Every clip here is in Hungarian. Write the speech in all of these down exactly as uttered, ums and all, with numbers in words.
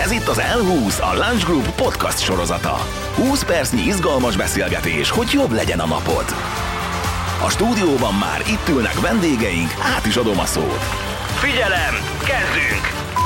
Ez itt az Elhúsz, a Lunch Group podcast sorozata. húsz percnyi izgalmas beszélgetés, hogy jobb legyen a napod. A stúdióban már itt ülnek vendégeink, át is adom a szót. Figyelem, kezdünk!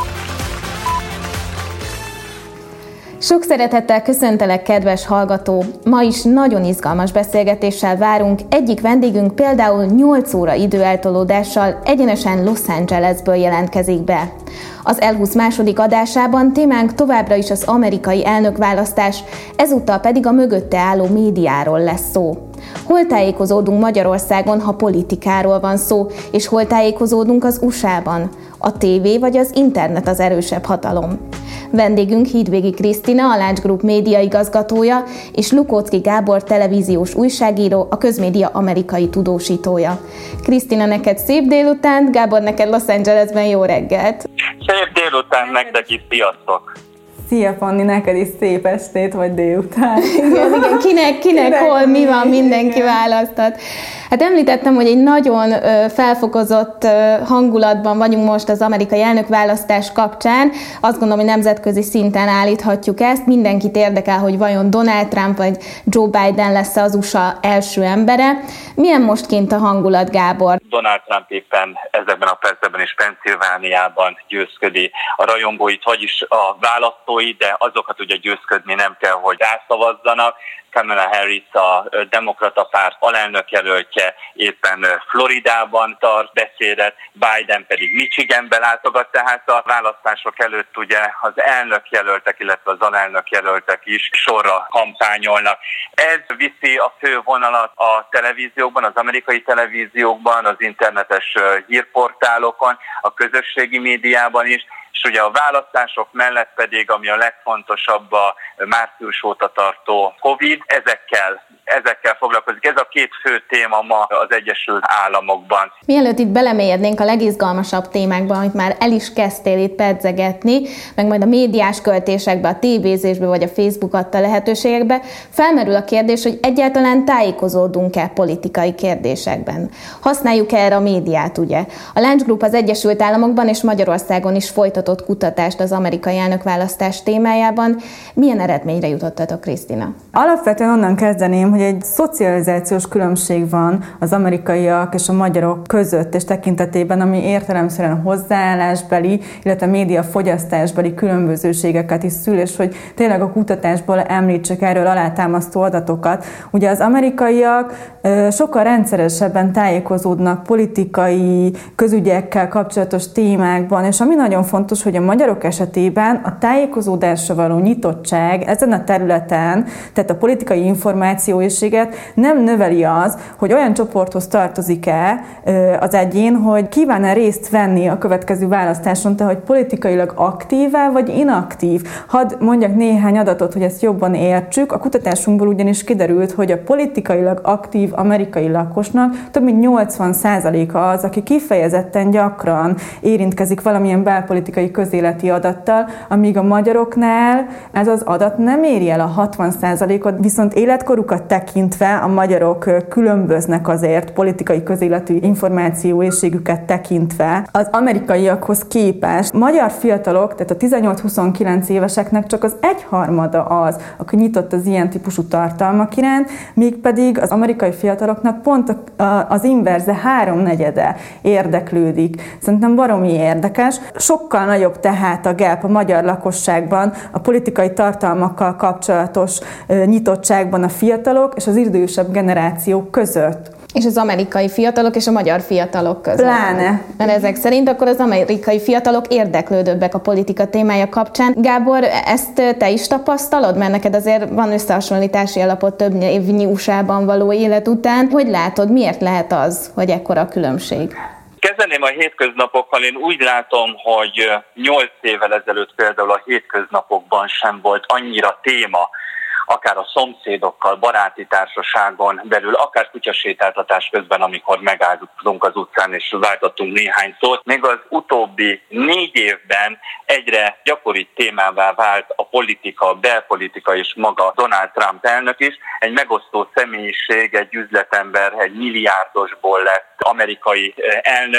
Sok szeretettel köszöntelek, kedves hallgató! Ma is nagyon izgalmas beszélgetéssel várunk. Egyik vendégünk például nyolc óra időeltolódással egyenesen Los Angelesből jelentkezik be. Az Elhúsz második adásában témánk továbbra is az amerikai elnökválasztás, ezúttal pedig a mögötte álló médiáról lesz szó. Hol tájékozódunk Magyarországon, ha politikáról van szó, és hol tájékozódunk az u es á-ban? A tévé vagy az internet az erősebb hatalom? Vendégünk Hídvégi Krisztina, a Lunch Group média igazgatója, és Lukóczki Gábor televíziós újságíró, a Közmédia amerikai tudósítója. Krisztina, neked szép délután, Gábor, neked Los Angelesben jó reggelt! Szép délután nektek is, sziasztok! Szia, Panni, neked is szép estét vagy délután. Igen, igen, kinek, kinek, kinek hol, mi van, mindenki igen. választhat. Hát említettem, hogy egy nagyon felfokozott hangulatban vagyunk most az amerikai elnökválasztás kapcsán. Azt gondolom, hogy nemzetközi szinten állíthatjuk ezt. Mindenkit érdekel, hogy vajon Donald Trump vagy Joe Biden lesz az u es á első embere. Milyen most kint a hangulat, Gábor? Donald Trump éppen ezekben a percekben is Pennsylvániában győzködi a rajongóit, vagyis a választóit, de azokat ugye győzködni nem kell, hogy rászavazzanak. Kamala Harris, a demokrata párt alelnök jelöltje éppen Floridában tart beszédet, Biden pedig Michiganbe látogat, tehát a választások előtt ugye az elnök jelöltek, illetve az alelnök jelöltek is sorra kampányolnak. Ez viszi a fő vonalat a televíziókban, az amerikai televíziókban, az internetes hírportálokon, a közösségi médiában is, és ugye a választások mellett pedig, ami a legfontosabb, a március óta tartó Covid, ezekkel, ezekkel foglalkozik. Ez a két fő téma ma az Egyesült Államokban. Mielőtt itt belemélyednénk a legizgalmasabb témákba, amit már el is kezdtél itt pedzegetni, meg majd a médiás költésekbe, a tévézésbe vagy a Facebook adta lehetőségekbe, felmerül a kérdés, hogy egyáltalán tájékozódunk-e politikai kérdésekben. Használjuk erre a médiát, ugye? A Lunch Group az Egyesült Államokban és Magyarországon is folytatott kutatást az amerikai elnökválasztás témájában. Milyen eredményre jutottatok, Krisztina? Alapvetően onnan kezdeném, hogy egy szocializációs különbség van az amerikaiak és a magyarok között és tekintetében, ami értelemszerűen hozzáállásbeli, illetve médiafogyasztásbeli különbözőségeket is szül, és hogy tényleg a kutatásból említsek erről alátámasztó adatokat. Ugye az amerikaiak sokkal rendszeresebben tájékozódnak politikai, közügyekkel kapcsolatos témákban, és ami nagyon fontos, hogy a magyarok esetében a tájékozódásra való nyitottság ezen a területen, tehát a politikai információészséget nem növeli az, hogy olyan csoporthoz tartozik-e az egyén, hogy kíván-e részt venni a következő választáson, tehát hogy politikailag aktív-e vagy inaktív. Hadd mondjak néhány adatot, hogy ezt jobban értsük. A kutatásunkból ugyanis kiderült, hogy a politikailag aktív amerikai lakosnak több mint nyolcvan százaléka az, aki kifejezetten gyakran érintkezik valamilyen belpolitikai közéleti adattal, amíg a magyaroknál ez az adat nem éri el a hatvan százalékot, viszont életkorukat tekintve a magyarok különböznek azért politikai közéleti információészségüket tekintve. Az amerikaiakhoz képest magyar fiatalok, tehát a tizennyolc-huszonkilenc éveseknek csak az egyharmada az, aki nyitott az ilyen típusú tartalmak iránt, míg pedig az amerikai fiataloknak pont az inverze háromnegyede érdeklődik. Szerintem baromi érdekes. Sokkal nagyobb tehát a gap a magyar lakosságban a politikai tartalmakkal kapcsolatos nyitottságban a fiatalok és az idősebb generációk között. És az amerikai fiatalok és a magyar fiatalok között. Pláne. Mert ezek szerint akkor az amerikai fiatalok érdeklődőbbek a politika témája kapcsán. Gábor, ezt te is tapasztalod? Mert neked azért van összehasonlítási alapot több évnyi u es á-ban való élet után. Hogy látod, miért lehet az, hogy ekkora a különbség? Kezdeném a hétköznapokkal. Én úgy látom, hogy nyolc évvel ezelőtt például a hétköznapokban sem volt annyira téma, akár a szomszédokkal, baráti társaságon belül, akár kutyasétáltatás közben, amikor megálltunk az utcán és váltottunk néhány szót. Még az utóbbi négy évben egyre gyakori témává vált a politika, a belpolitika és maga Donald Trump elnök is. Egy megosztó személyiség, egy üzletember, egy milliárdosból lett amerikai elnök.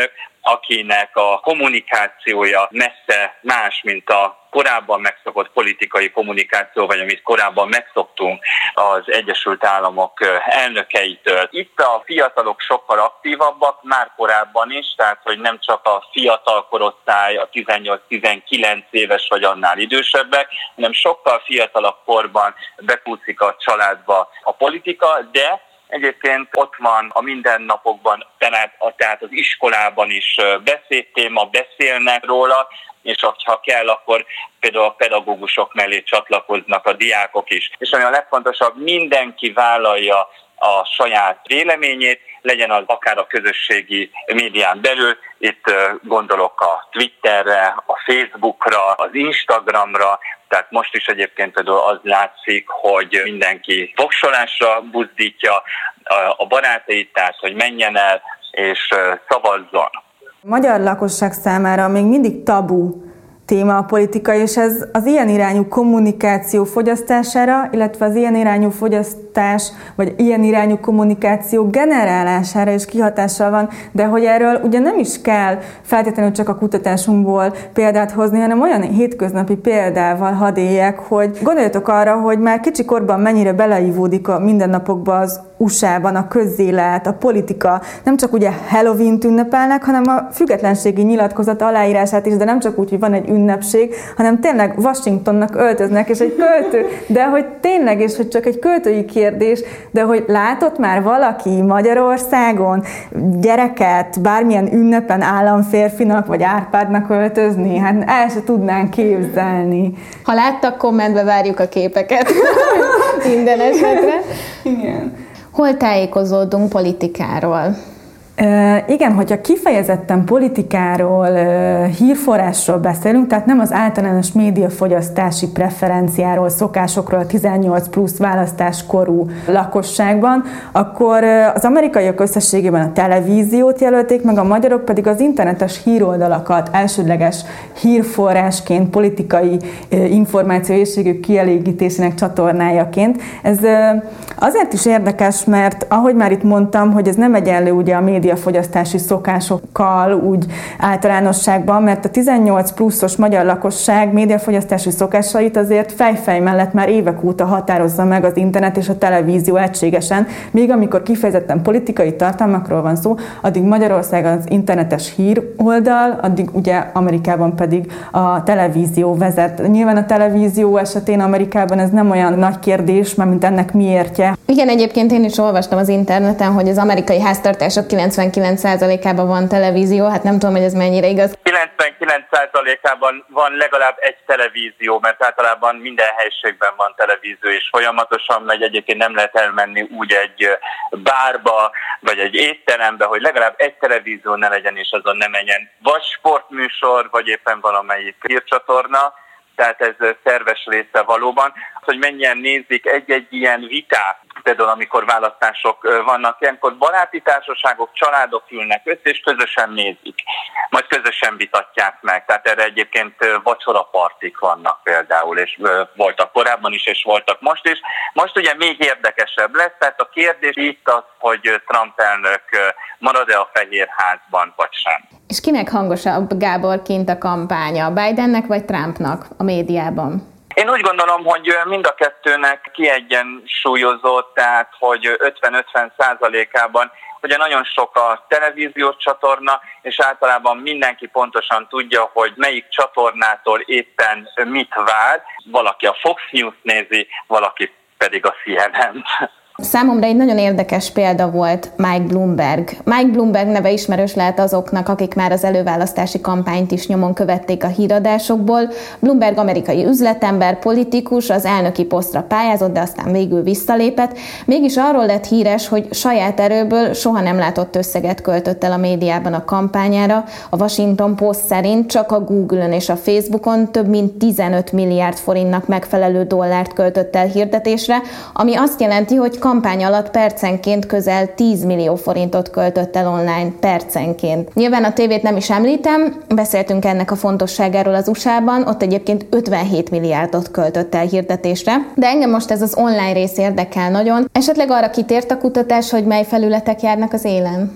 akinek a kommunikációja messze más, mint a korábban megszokott politikai kommunikáció, vagy amit korábban megszoktunk az Egyesült Államok elnökeitől. Itt a fiatalok sokkal aktívabbak, már korábban is, tehát hogy nem csak a fiatal korosztály, a tizennyolc-tizenkilenc éves vagy annál idősebbek, hanem sokkal fiatalabb korban bekúszik a családba a politika, de egyébként ott van a mindennapokban, tehát az iskolában is beszédtéma, beszélnek róla, és ha kell, akkor például a pedagógusok mellé csatlakoznak a diákok is. És ami a legfontosabb, mindenki vállalja a saját véleményét, legyen az akár a közösségi médián belül, itt gondolok a Twitterre, a Facebookra, az Instagramra, tehát most is egyébként például az látszik, hogy mindenki voksolásra buzdítja a barátait, tehát hogy menjen el és szavazzon. A magyar lakosság számára még mindig tabu téma a politika, és ez az ilyen irányú kommunikáció fogyasztására, illetve az ilyen irányú fogyasztás, vagy ilyen irányú kommunikáció generálására is kihatással van, de hogy erről ugye nem is kell feltétlenül csak a kutatásunkból példát hozni, hanem olyan hétköznapi példával hadd éljek, hogy gondoljatok arra, hogy már kicsikorban mennyire beleívódik a mindennapokba az u es á-ban a közélet, a politika, nem csak ugye Halloween-t ünnepelnek, hanem a függetlenségi nyilatkozat aláírását is, de nem csak úgy, hogy van egy ünnepség, hanem tényleg Washingtonnak öltöznek, és egy költő, de hogy tényleg, és hogy csak egy költői kérdés, de hogy látott már valaki Magyarországon gyereket bármilyen ünnepen államférfinak vagy Árpádnak öltözni? Hát el se tudnánk képzelni. Ha láttak, kommentbe várjuk a képeket. Minden esetre. Igen. Hol tájékozódunk politikáról? Uh, igen, hogyha kifejezetten politikáról, uh, hírforrásról beszélünk, tehát nem az általános médiafogyasztási preferenciáról, szokásokról a tizennyolc plusz választáskorú lakosságban, akkor uh, az amerikaiak összességében a televíziót jelölték, meg a magyarok pedig az internetes híroldalakat elsődleges hírforrásként, politikai uh, információéhségük kielégítésének csatornájaként. Ez uh, azért is érdekes, mert ahogy már itt mondtam, hogy ez nem egyenlő ugye a média médiafogyasztási szokásokkal úgy általánosságban, mert a tizennyolc pluszos magyar lakosság médiafogyasztási szokásait azért fejfej mellett már évek óta határozza meg az internet és a televízió egységesen, míg amikor kifejezetten politikai tartalmakról van szó, addig Magyarország az internetes híroldal, addig ugye Amerikában pedig a televízió vezet. Nyilván a televízió esetén Amerikában ez nem olyan nagy kérdés, mert mint ennek miértje. Igen, egyébként én is olvastam az interneten, hogy az amerikai háztartások kilencvenkilenc százalékában van televízió, hát nem tudom, hogy ez mennyire igaz. kilencvenkilenc százalékában van legalább egy televízió, mert általában minden helységben van televízió, és folyamatosan megy, egyébként nem lehet elmenni úgy egy bárba, vagy egy étterembe, hogy legalább egy televízió ne legyen, és azon ne menjen vagy sportműsor, vagy éppen valamelyik hírcsatorna, tehát ez szerves része valóban. Hogy mennyien nézik egy-egy ilyen vitát, például amikor választások vannak, ilyenkor baráti társaságok, családok ülnek össze, és közösen nézik. Majd közösen vitatják meg. Tehát erre egyébként vacsorapartik vannak például, és voltak korábban is, és voltak most is. Most ugye még érdekesebb lesz, tehát a kérdés itt az, hogy Trump elnök marad-e a Fehérházban, vagy sem. És kinek hangosabb, Gábor, kint a kampánya? Bidennek vagy Trumpnak a médiában? Én úgy gondolom, hogy mind a kettőnek kiegyensúlyozott, tehát hogy ötven-ötven százalékában ugye nagyon sok a televíziós csatorna, és általában mindenki pontosan tudja, hogy melyik csatornától éppen mit vár. Valaki a Fox News nézi, valaki pedig a C N N-t. Számomra egy nagyon érdekes példa volt Mike Bloomberg. Mike Bloomberg neve ismerős lehet azoknak, akik már az előválasztási kampányt is nyomon követték a híradásokból. Bloomberg amerikai üzletember, politikus, az elnöki posztra pályázott, de aztán végül visszalépett. Mégis arról lett híres, hogy saját erőből soha nem látott összeget költött el a médiában a kampányára. A Washington Post szerint csak a Google-ön és a Facebookon több mint tizenöt milliárd forintnak megfelelő dollárt költött el hirdetésre, ami azt jelenti, hogy kampány alatt percenként közel tíz millió forintot költött el online percenként. Nyilván a tévét nem is említem, beszéltünk ennek a fontosságáról az u es á-ban, ott egyébként ötvenhét milliárdot költött el hirdetésre, de engem most ez az online rész érdekel nagyon. Esetleg arra kitért a kutatás, hogy mely felületek járnak az élen?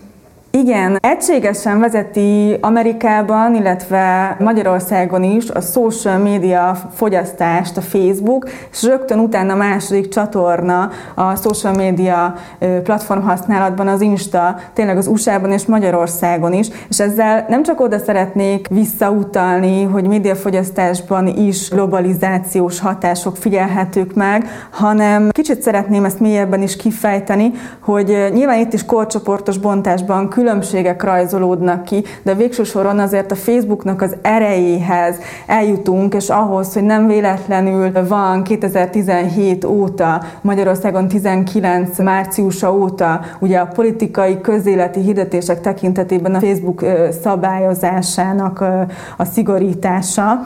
Igen, egységesen vezeti Amerikában, illetve Magyarországon is a social media fogyasztást a Facebook, és rögtön utána a második csatorna a social media platform használatban az Insta, tényleg az u es á-ban és Magyarországon is, és ezzel nem csak oda szeretnék visszautalni, hogy médiafogyasztásban is globalizációs hatások figyelhetők meg, hanem kicsit szeretném ezt mélyebben is kifejteni, hogy nyilván itt is korcsoportos bontásban különbségek rajzolódnak ki, de végső soron azért a Facebooknak az erejéhez eljutunk, és ahhoz, hogy nem véletlenül van kétezer-tizenhét óta, Magyarországon tizenkilenc márciusa óta, ugye a politikai közéleti hirdetések tekintetében a Facebook szabályozásának a szigorítása.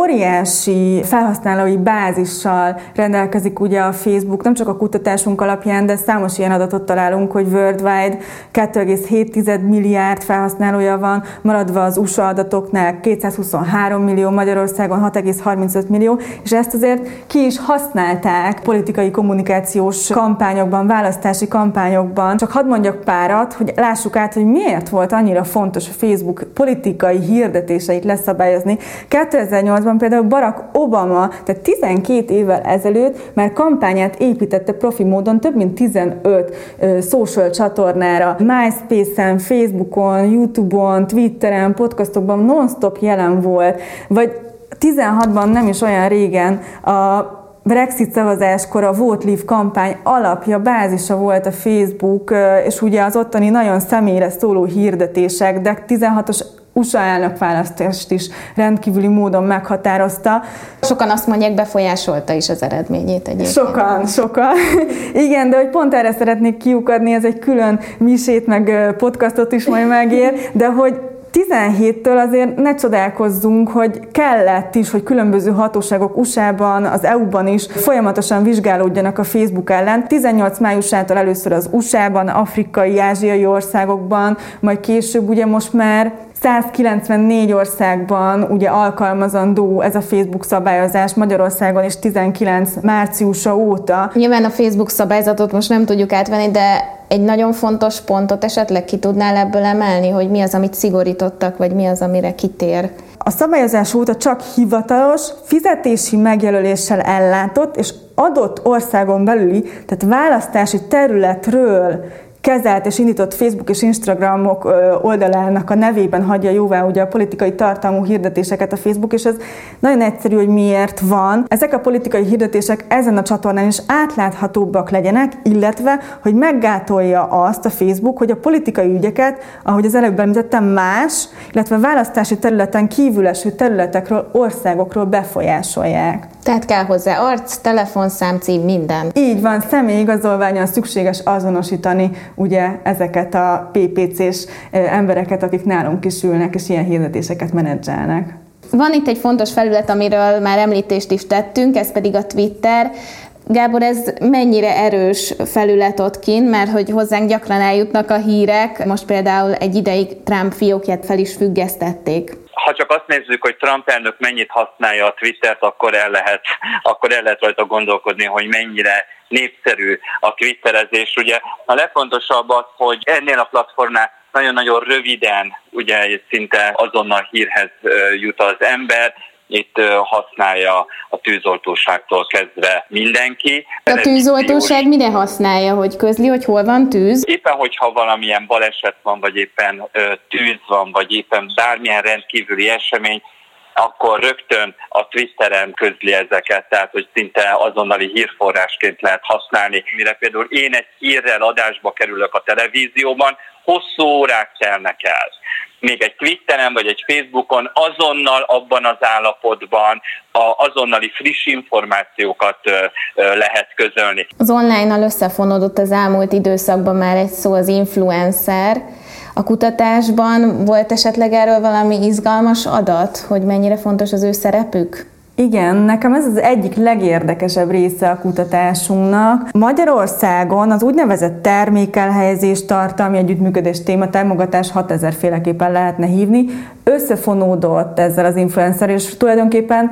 Óriási felhasználói bázissal rendelkezik ugye a Facebook, nem csak a kutatásunk alapján, de számos ilyen adatot találunk, hogy worldwide kettő egész hét milliárd felhasználója van, maradva az u es á adatoknál kétszázhuszonhárom millió, Magyarországon hat egész harmincöt millió, és ezt azért ki is használták politikai kommunikációs kampányokban, választási kampányokban. Csak hadd mondjak párat, hogy lássuk át, hogy miért volt annyira fontos a Facebook politikai hirdetéseit leszabályozni. kétezer-nyolcban például Barack Obama, tehát tizenkét évvel ezelőtt már kampányát építette profi módon több mint tizenöt uh, social csatornára, MySpace-en, Facebookon, YouTube-on, Twitteren, podcastokban non-stop jelen volt, vagy tizenhatban nem is olyan régen a Brexit szavazáskor a Vote Leave kampány alapja, bázisa volt a Facebook, és ugye az ottani nagyon személyre szóló hirdetések, de tizenhatos u es á elnökválasztást is rendkívüli módon meghatározta. Sokan azt mondják, befolyásolta is az eredményét egyébként. Sokan, sokan. Igen, de hogy pont erre szeretnék kiukadni, ez egy külön misét, meg podcastot is majd megér, de hogy tizenhéttől azért ne csodálkozzunk, hogy kellett is, hogy különböző hatóságok u es á-ban, az é u-ban is folyamatosan vizsgálódjanak a Facebook ellen. tizennyolc májusától először az u es á-ban, afrikai, ázsiai országokban, majd később ugye most már százkilencvennégy országban ugye alkalmazandó ez a Facebook szabályozás, Magyarországon is tizenkilenc márciusa óta. Nyilván a Facebook szabályzatot most nem tudjuk átvenni, de egy nagyon fontos pontot esetleg ki tudnál ebből emelni, hogy mi az, amit szigorítottak, vagy mi az, amire kitér? A szabályozás óta csak hivatalos, fizetési megjelöléssel ellátott és adott országon belüli, tehát választási területről kezelt és indított Facebook és Instagramok oldalának a nevében hagyja jóvá ugye a politikai tartalmú hirdetéseket a Facebook, és ez nagyon egyszerű, hogy miért van. Ezek a politikai hirdetések ezen a csatornán is átláthatóbbak legyenek, illetve, hogy meggátolja azt a Facebook, hogy a politikai ügyeket, ahogy az előbb említettem, más, illetve választási területen kívül eső területekről, országokról befolyásolják. Tehát kell hozzá arc, telefonszám, cím, minden. Így van, személyigazolványon szükséges azonosítani ugye ezeket a pé pé cés embereket, akik nálunk is ülnek, és ilyen hirdetéseket menedzselnek. Van itt egy fontos felület, amiről már említést is tettünk, ez pedig a Twitter. Gábor, ez mennyire erős felület ott kint, mert hogy hozzánk gyakran eljutnak a hírek, most például egy ideig Trump fiókját fel is függesztették. Ha csak azt nézzük, hogy Trump elnök mennyit használja a Twittert, akkor el lehet, akkor el lehet rajta gondolkodni, hogy mennyire népszerű a twitterezés. Ugye a legfontosabb az, hogy ennél a platformnál nagyon-nagyon röviden, ugye szinte azonnal hírhez jut az ember, itt használja a tűzoltóságtól kezdve mindenki. A tűzoltóság mire használja, hogy közli, hogy hol van tűz? Éppen, hogyha valamilyen baleset van, vagy éppen tűz van, vagy éppen bármilyen rendkívüli esemény, akkor rögtön a Twitteren közli ezeket, tehát hogy szinte azonnali hírforrásként lehet használni. Mire például én egy hírrel adásba kerülök a televízióban, hosszú órák telnek el. Még egy Twitteren vagy egy Facebookon azonnal abban az állapotban a azonnali friss információkat lehet közölni. Az online-nal összefonódott az elmúlt időszakban már egy szó, az influencer. A kutatásban volt esetleg erről valami izgalmas adat, hogy mennyire fontos az ő szerepük? Igen, nekem ez az egyik legérdekesebb része a kutatásunknak. Magyarországon az úgynevezett termékelhelyezés, tartalmi együttműködés, téma, támogatás hatezer féleképpen lehetne hívni, összefonódott ezzel az influencer, és tulajdonképpen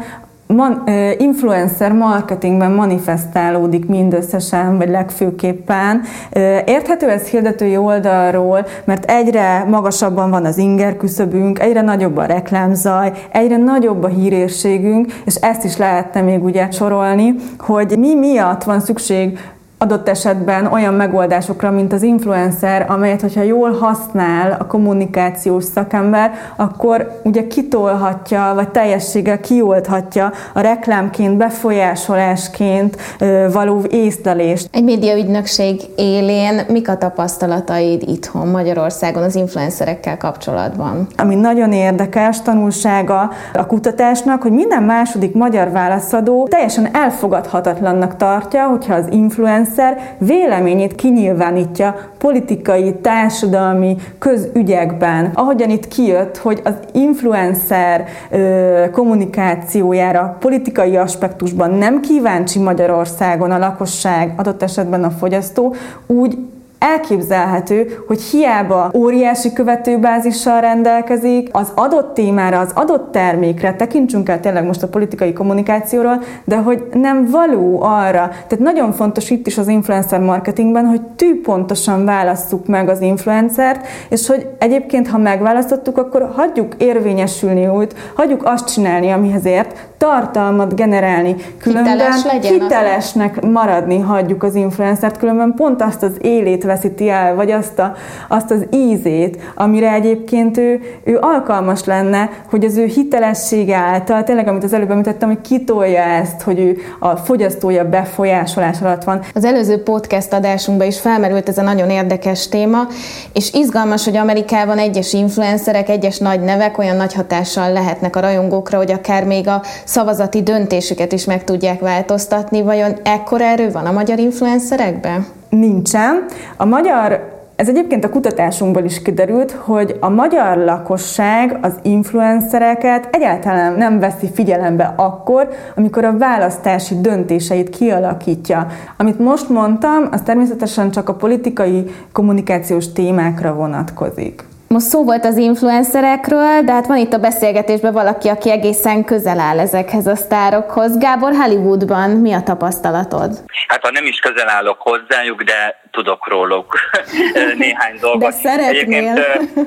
man, influencer marketingben manifestálódik mindösszesen, vagy legfőképpen. Érthető ez hirdetői oldalról, mert egyre magasabban van az inger küszöbünk, egyre nagyobb a reklámzaj, egyre nagyobb a hírérségünk, és ezt is lehetne még ugye sorolni, hogy mi miatt van szükség adott esetben olyan megoldásokra, mint az influencer, amelyet, hogyha jól használ a kommunikációs szakember, akkor ugye kitolhatja, vagy teljességgel kioldhatja a reklámként, befolyásolásként való észlelést. Egy médiaügynökség élén mik a tapasztalataid itthon Magyarországon az influencerekkel kapcsolatban? Ami nagyon érdekes tanulsága a kutatásnak, hogy minden második magyar válaszadó teljesen elfogadhatatlannak tartja, hogyha az influencer véleményét kinyilvánítja politikai, társadalmi, közügyekben. Ahogyan itt kijött, hogy az influencer ö, kommunikációjára politikai aspektusban nem kíváncsi Magyarországon a lakosság, adott esetben a fogyasztó, úgy elképzelhető, hogy hiába óriási követőbázissal rendelkezik, az adott témára, az adott termékre, tekintsünk el tényleg most a politikai kommunikációról, de hogy nem való arra. Tehát nagyon fontos itt is az influencer marketingben, hogy tűpontosan válasszuk meg az influencert, és hogy egyébként, ha megválasztottuk, akkor hagyjuk érvényesülni őt, hagyjuk azt csinálni, amihez ért, tartalmat generálni. Különben hiteles legyen, hitelesnek maradni hagyjuk az influencert, különben pont azt az élét veszíti el, vagy azt, a, azt az ízét, amire egyébként ő, ő alkalmas lenne, hogy az ő hitelessége által, tényleg, amit az előbb említettem, hogy kitolja ezt, hogy ő a fogyasztója befolyásolás alatt van. Az előző podcast adásunkban is felmerült ez a nagyon érdekes téma, és izgalmas, hogy Amerikában egyes influencerek, egyes nagy nevek olyan nagy hatással lehetnek a rajongókra, hogy akár még a szavazati döntésüket is meg tudják változtatni. Vajon ekkora erő van a magyar influencerekben? Nincsen. A magyar, ez egyébként a kutatásunkból is kiderült, hogy a magyar lakosság az influencereket egyáltalán nem veszi figyelembe akkor, amikor a választási döntéseit kialakítja. Amit most mondtam, az természetesen csak a politikai kommunikációs témákra vonatkozik. Most szó volt az influencerekről, de hát van itt a beszélgetésben valaki, aki egészen közel áll ezekhez a sztárokhoz. Gábor, Hollywoodban mi a tapasztalatod? Hát ha nem is közel állok hozzájuk, de tudok róluk néhány dolgot. De szeretnél.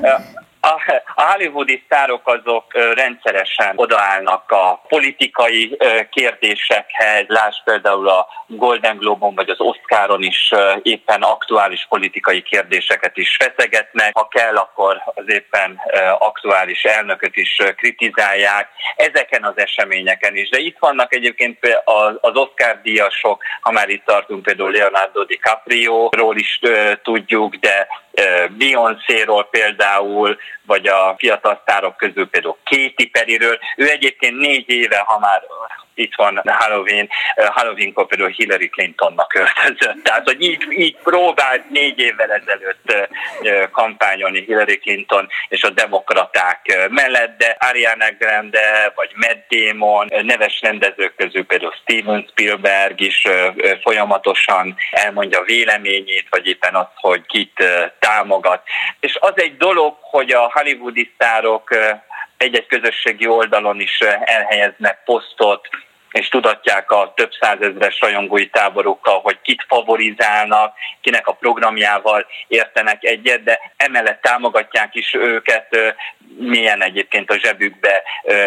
A, a hollywoodi sztárok azok rendszeresen odaállnak a politikai kérdésekhez, lásd például a Golden Globe-on vagy az Oscaron is éppen aktuális politikai kérdéseket is feszegetnek. Ha kell, akkor az éppen aktuális elnököt is kritizálják. Ezeken az eseményeken is. De itt vannak egyébként az Oscar-díjasok, ha már itt tartunk, például Leonardo DiCaprio-ról is tudjuk, de Beyoncéról például, vagy a fiatal sztárok közül például Katy Perryről. Ő egyébként négy éve, ha már itt van Halloween, Halloweenkor például Hillary Clintonnak öltözött. Tehát, hogy így, így próbált négy évvel ezelőtt kampányolni Hillary Clinton és a demokraták mellett, de Ariana Grande vagy Matt Damon, neves rendezők közül például Steven Spielberg is folyamatosan elmondja véleményét, vagy éppen azt, hogy kit támogat. És az egy dolog, hogy a hollywoodi sztárok egy-egy közösségi oldalon is elhelyeznek posztot, és tudatják a több százezres rajongói táborokkal, hogy kit favorizálnak, kinek a programjával értenek egyet, de emellett támogatják is őket, milyen egyébként a zsebükbe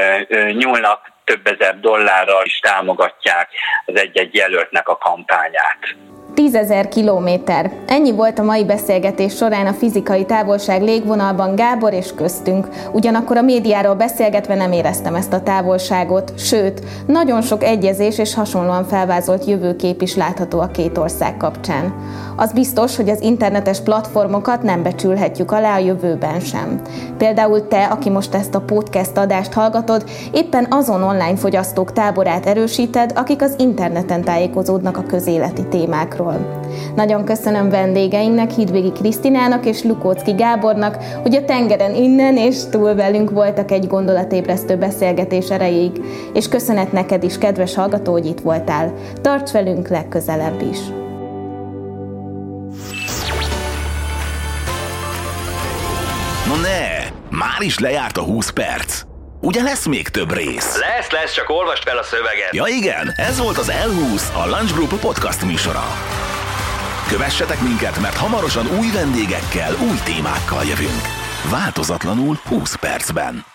nyúlnak, több ezer dollárral is támogatják az egy-egy jelöltnek a kampányát. tízezer kilométer. Ennyi volt a mai beszélgetés során a fizikai távolság légvonalban Gábor és köztünk. Ugyanakkor a médiáról beszélgetve nem éreztem ezt a távolságot, sőt, nagyon sok egyezés és hasonlóan felvázolt jövőkép is látható a két ország kapcsán. Az biztos, hogy az internetes platformokat nem becsülhetjük alá a jövőben sem. Például te, aki most ezt a podcast adást hallgatod, éppen azon online fogyasztók táborát erősíted, akik az interneten tájékozódnak a közéleti témákról. Nagyon köszönöm vendégeinknek, Hídvégi Krisztinának és Lukóczki Gábornak, hogy a tengeren innen és túl velünk voltak egy gondolatébresztő beszélgetés erejéig, és köszönet neked is, kedves hallgató, hogy itt voltál. Tarts velünk legközelebb is! No ne! Már is lejárt a húsz perc! Ugye lesz még több rész? Lesz, lesz, csak olvasd fel a szöveget. Ja igen, ez volt az Elhúsz, a Lunch Group podcast műsora. Kövessetek minket, mert hamarosan új vendégekkel, új témákkal jövünk. Változatlanul húsz percben.